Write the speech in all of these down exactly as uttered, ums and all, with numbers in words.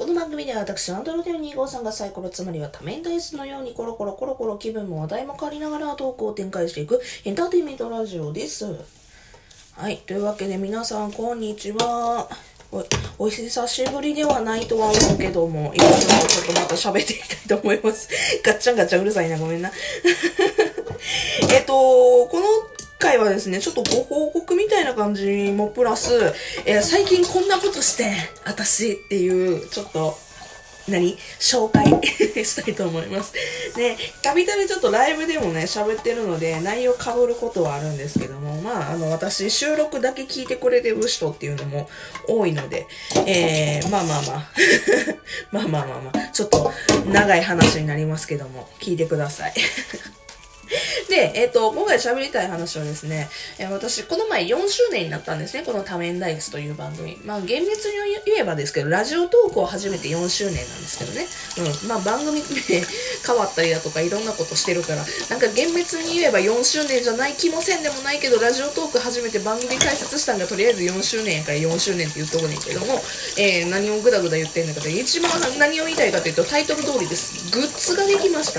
の番組では私、アンドロデオに号さんがサイコロ、つまりは多面ダイスのようにコロコロコロコロ気分も話題も変わりながらトークを展開していくエンターテインメントラジオです。はい、というわけで皆さん、こんにちは。お, お久しぶりではないとは思うけども、いろいろちょっとまた喋っていきたいと思います。ガッチャンガッチャンうるさいな、ごめんな。えっと、この回はですね、ちょっとご報告みたいな感じもプラス、えー、最近こんなことして、私っていう、ちょっと、何紹介したいと思います。で、たびたびちょっとライブでもね、喋ってるので、内容被ることはあるんですけども、まあ、あの、私、収録だけ聞いてくれてる人っていうのも多いので、えー、まあまあまあ、まあまあまあまあ、ちょっと長い話になりますけども、聞いてください。で、えっと、今回喋りたい話はですね、えー、私、この前よんしゅうねんになったんですね、この多面ダイスという番組。まあ、厳密に言えばですけど、ラジオトークを始めてよんしゅうねんなんですけどね。うん。まあ、番組名変わったりだとか、いろんなことしてるから、なんか厳密に言えばよんしゅうねんじゃない気もせんでもないけど、ラジオトーク始めて番組開設したんがとりあえずよんしゅうねんやからよんしゅうねんって言っとくねんけども、えー、何をグダグダ言ってんのかというと、一番何を言いたいかというと、タイトル通りです。グッズができました。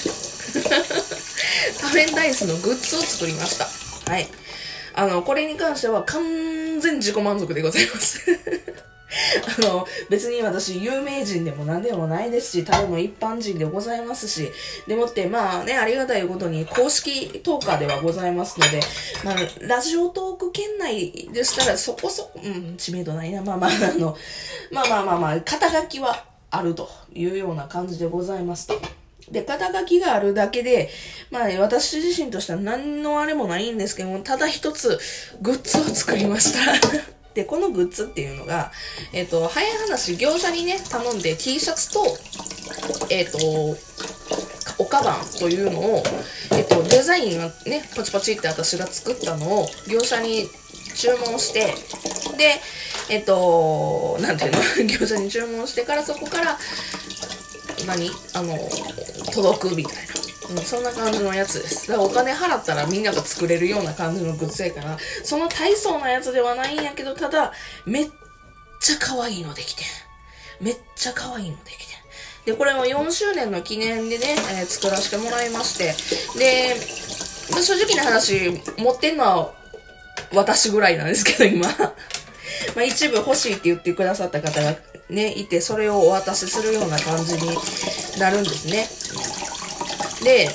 多面ダイスのグッズを作りました。はい。あの、これに関しては完全自己満足でございます。あの、別に私有名人でも何でもないですし、ただの一般人でございますし、でもって、まあね、ありがたいことに公式トーカーではございますので、まあ、ラジオトーク圏内でしたらそこそこ、うん、知名度ないな、まあまあ、あの、まあまあまあまあ、肩書きはあるというような感じでございますと。で、肩書きがあるだけで、まあ、ね、私自身としては何のあれもないんですけども、ただ一つグッズを作りました。で、このグッズっていうのが、えっと、早い話、業者にね、頼んで T シャツと、えっと、おカバンというのを、えっと、デザインはね、パチパチって私が作ったのを業者に注文して、で、えっと、なんていうの、業者に注文してからそこから、何あの、届くみたいな。うん、そんな感じのやつです。だからお金払ったらみんなが作れるような感じのグッズやから、その大層なやつではないんやけど、ただ、めっちゃ可愛いのできて。めっちゃ可愛いのできて。で、これもよんしゅうねんの記念でね、えー、作らせてもらいまして。で、正直な話、持ってんのは私ぐらいなんですけど、今。まあ一部欲しいって言ってくださった方がね、いて、それをお渡しするような感じになるんですね。で、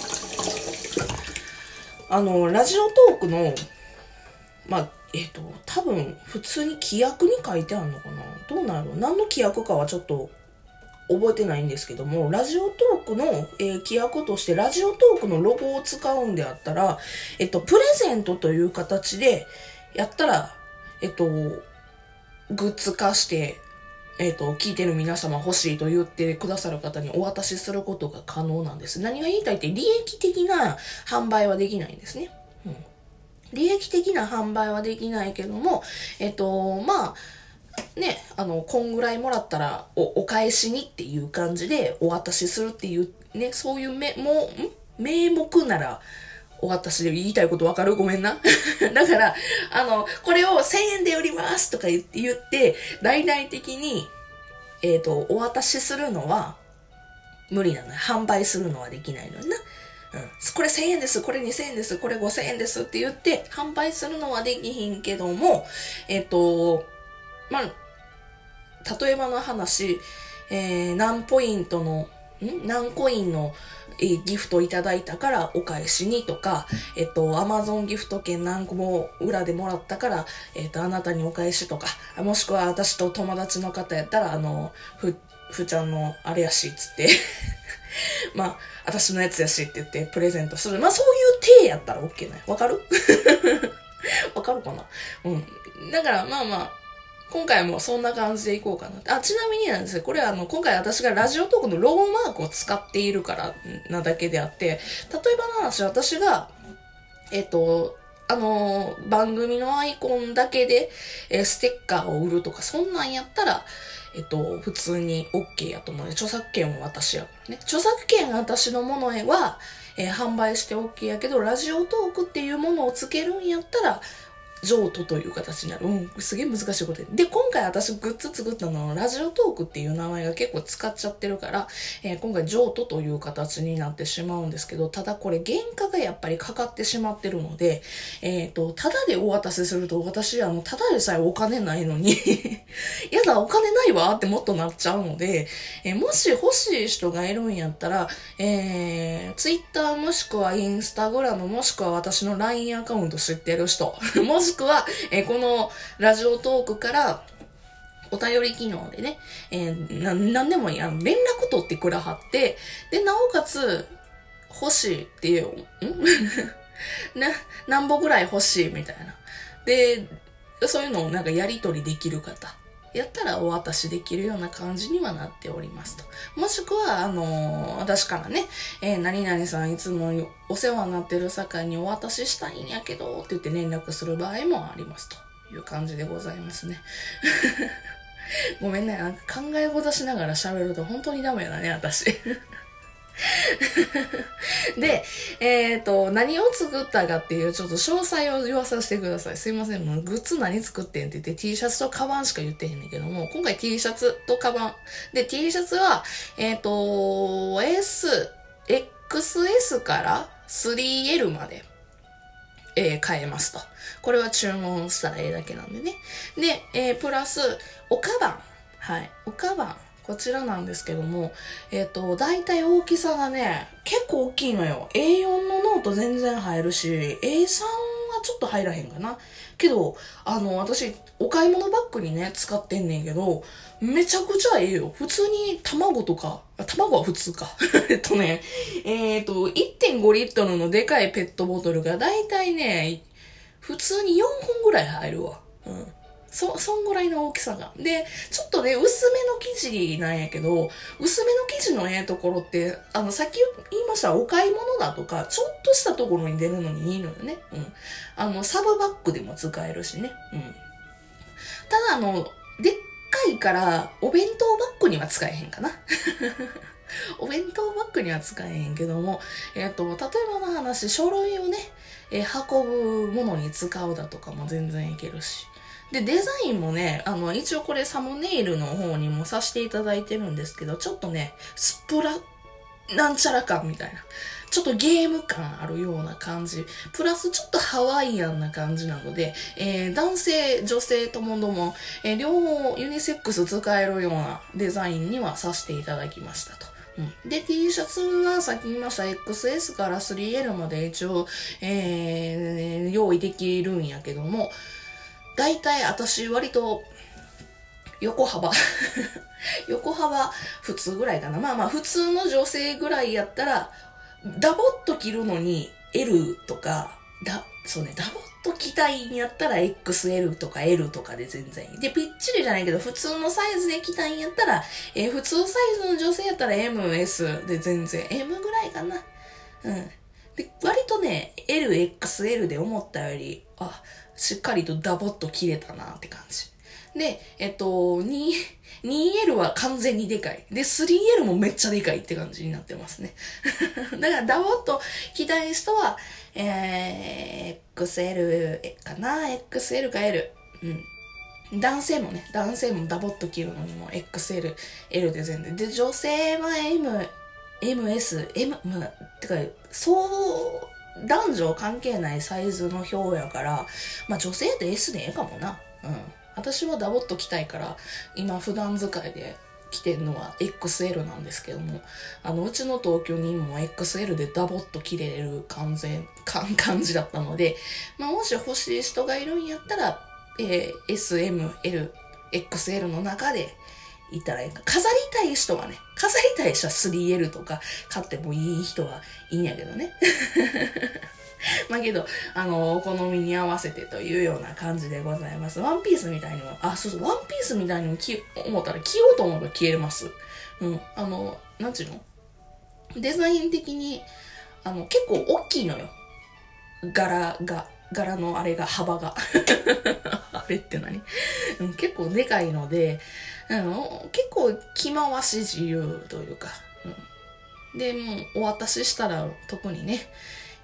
あの、ラジオトークの、まあ、えっと、多分、普通に規約に書いてあるのかな？どうなるの？何の規約かはちょっと覚えてないんですけども、ラジオトークの、えー、規約として、ラジオトークのロゴを使うんであったら、えっと、プレゼントという形で、やったら、えっと、グッズ化して、えっと、聞いてる皆様欲しいと言ってくださる方にお渡しすることが可能なんです。何が言いたいって利益的な販売はできないんですね。うん、利益的な販売はできないけども、えっと、まあ、ね、あの、こんぐらいもらったらお、お返しにっていう感じでお渡しするっていう、ね、そういうめ、もう、ん名目なら、お渡しで言いたいことわかる？ごめんな。だから、あの、これをせんえんで売りますとか言って、言って、大々的に、えっと、お渡しするのは無理なの。販売するのはできないのにな。うん。これせんえんです、これにせんえんです、これごせんえんですって言って、販売するのはできひんけども、えっと、まあ、例えばの話、えー、何ポイントの、ん何コインのえー、ギフトいただいたからお返しにとか、えっと、アマゾンギフト券何個も裏でもらったから、えっと、あなたにお返しとか、もしくは私と友達の方やったら、あの、ふ、ふちゃんのあれやし、つって、まあ、私のやつやしって言ってプレゼントする。まあ、そういう体やったら OK ね。わかる？わかるかな？うん。だから、まあまあ、今回もそんな感じでいこうかな。あ、ちなみになんですよ。これはあの、今回私がラジオトークのロゴマークを使っているからなだけであって、例えばの話、私が、えっと、あの、番組のアイコンだけで、えー、ステッカーを売るとか、そんなんやったら、えっと、普通に OK やと思うね。著作権は私やからね。著作権私のものは、えー、販売して OK やけど、ラジオトークっていうものをつけるんやったら、 譲渡という形になる。うん、すげえ難しいことで。で、今回私グッズ作ったのは、ラジオトークっていう名前が結構使っちゃってるから、えー、今回譲渡という形になってしまうんですけど、ただこれ原価がやっぱりかかってしまってるので、えっと、ただでお渡しすると、私、あの、ただでさえお金ないのに、やだ、お金ないわってもっとなっちゃうので、えー、もし欲しい人がいるんやったら、えー、Twitter もしくは Instagram もしくは私の ライン アカウント知ってる人、もしくは、えー、このラジオトークからお便り機能でね、えー、な、なんでもいい。あの、連絡取ってくらはって、で、なおかつ、欲しいっていう、んな、何本ぐらい欲しいみたいな。で、そういうのをなんかやり取りできる方。やったらお渡しできるような感じにはなっておりますと。もしくは、あのー、私からね、えー、何々さんいつもお世話になってる境にお渡ししたいんやけど、って言って連絡する場合もありますという感じでございますね。ごめんね、なんか考え事しながら喋ると本当にダメだね、私。で、えっと、何を作ったかっていうちょっと詳細を言わさせてください。すいません。もうグッズ何作ってんって言って T シャツとカバンしか言ってへんねんけども、今回 T シャツとカバン。で、T シャツは、えっと、S、エックスエス から スリーエル まで、えー、買えますと。これは注文したらええだけなんでね。で、えー、プラス、おカバン。はい。おカバン。こちらなんですけども、えっと、だいたい大きさがね、結構大きいのよ。エーよん のノート全然入るし、エースリー はちょっと入らへんかな。けど、あの、私、お買い物バッグにね、使ってんねんけど、めちゃくちゃええよ。普通に卵とか、卵は普通か。えっとね、えっと、いってんごリットルのでかいペットボトルがだいたいね、普通によんほんぐらい入るわ。うん。そ、そんぐらいの大きさが。で、ちょっとね、薄めの生地なんやけど、薄めの生地のええところって、あの、さっき言いましたお買い物だとか、ちょっとしたところに出るのにいいのよね。うん。あの、サブバッグでも使えるしね。うん。ただ、あの、でっかいから、お弁当バッグには使えへんかな。お弁当バッグには使えへんけども、えっと、例えばの話、書類をね、えー、運ぶものに使うだとかも全然いけるし。で、デザインもね、あの、一応これサムネイルの方にもさせていただいてるんですけど、ちょっとね、スプラ、なんちゃら感みたいな。ちょっとゲーム感あるような感じ。プラスちょっとハワイアンな感じなので、えー、男性、女性ともども、えー、両方ユニセックス使えるようなデザインにはさせていただきましたと。うん、で、T シャツはさっき言いました エックスエス から スリーエル まで一応、えー、用意できるんやけども、だいたい私割と横幅横幅普通ぐらいかな。まあまあ普通の女性ぐらいやったらダボっと着るのに エル とかだそうねダボっと着たいんやったら エックスエル とか エル とかで全然いい。でぴっちりじゃないけど普通のサイズで着たいんやったら、えー、普通サイズの女性やったら エムエス で全然 エム ぐらいかな。うん。で割とね エルエックスエル で思ったよりあしっかりとダボっと切れたなって感じ。で、えっと、に、にエル は完全にでかい。で、スリーエル もめっちゃでかいって感じになってますね。だからダボっと着たい人は、えー、エックスエル かな ?エックスエル か エル。うん。男性もね、男性もダボっと着るのにも エックスエル、エル で全然。で、女性は M、エムエス、M、まあ、てか、そう、男女関係ないサイズの表やから、まあ女性って エス でええかもな。うん。私はダボっと着たいから、今普段使いで着てるのは エックスエル なんですけども、あの、うちの同居人も エックスエル でダボっと着れる完全、感じだったので、まあもし欲しい人がいるんやったら、えー、エス、エム、エル、エックスエル の中で、いたらいいか。飾りたい人はね、飾りたい人は スリーエル とか買ってもいい人はいいんやけどね。まあけど、あの、お好みに合わせてというような感じでございます。ワンピースみたいにも、あ、そうそう、ワンピースみたいにも着、思ったら着ようと思えば着れます。うん。あの、なんちゅうのデザイン的に、あの、結構大きいのよ。柄が、柄のあれが、幅が。あれって何、うん、結構でかいので、うん、結構着回し自由というか、うん、で、もうお渡ししたら特にね、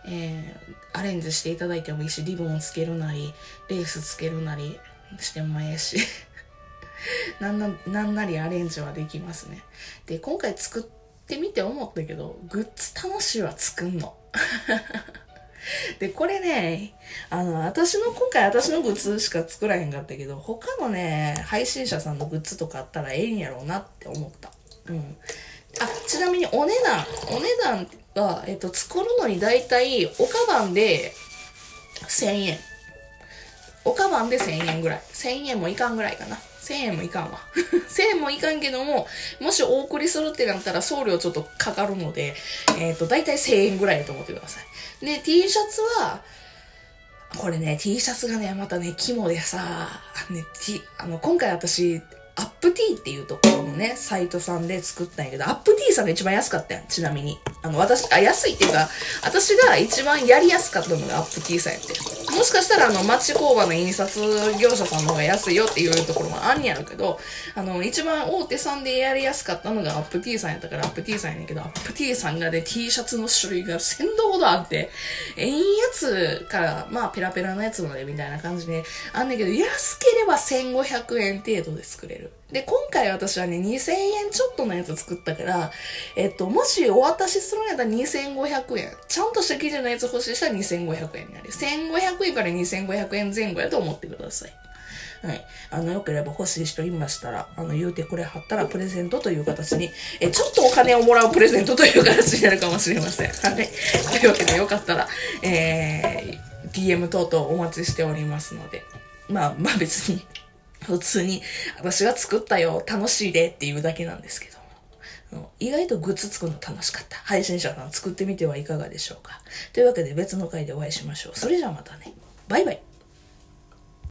えー、アレンジしていただいてもいいし、リボンつけるなり、レースつけるなりしてもええし、なんな、なんなりアレンジはできますね。で、今回作ってみて思ったけど、グッズ楽しいわ、作んの。で、これね、あの、私の、今回私のグッズしか作らへんかったけど、他のね、配信者さんのグッズとかあったらええんやろうなって思った。うん。あ、ちなみにお値段、お値段は、えっと、作るのにだいたい、おかばんでせんえん。おかばんでせんえんぐらい。せんえんもいかんぐらいかな。せんえんもいかんわ。せんえんもいかんけども、もしお送りするってなったら送料ちょっとかかるので、えっと、だいたいせんえんぐらいだと思ってください。で、T シャツは、これね、T シャツがね、またね、肝でさ、ね、T、あの、今回私、アップ T っていうところのね、サイトさんで作ったんやけど、アップ T さんが一番安かったやん、ちなみに。あの、私、あ、安いっていうか、私が一番やりやすかったのがアップ T さんやって。もしかしたら、あの、町工場の印刷業者さんの方が安いよっていうところもあんやろうけど、あの、一番大手さんでやりやすかったのがアップ T さんやったから、アップ T さんやねんけど、アップ T さんがね、T シャツの種類がせんどほどあって、ええんやつから、まあ、ペラペラのやつまでみたいな感じで、あんねんけど、安ければせんごひゃくえん程度で作れる。で、今回私はね、にせんえんちょっとのやつ作ったから、えっと、もしお渡しするんやったらにせんごひゃくえん。ちゃんとした生地のやつ欲しいしたらにせんごひゃくえんになる。せんごひゃくえんからにせんごひゃくえん前後やと思ってください。はい。あの、よければ欲しい人いましたら、あの、言うてくれはったらプレゼントという形に、え、ちょっとお金をもらうプレゼントという形になるかもしれません。はい。というわけでよかったら、えー、ディーエム 等々お待ちしておりますので。まあ、まあ別に、普通に私が作ったよ、楽しいでっていうだけなんですけども。意外とグッズ作るの楽しかった。配信者さん作ってみてはいかがでしょうか。というわけで別の回でお会いしましょう。それじゃあまたね。バイバイ。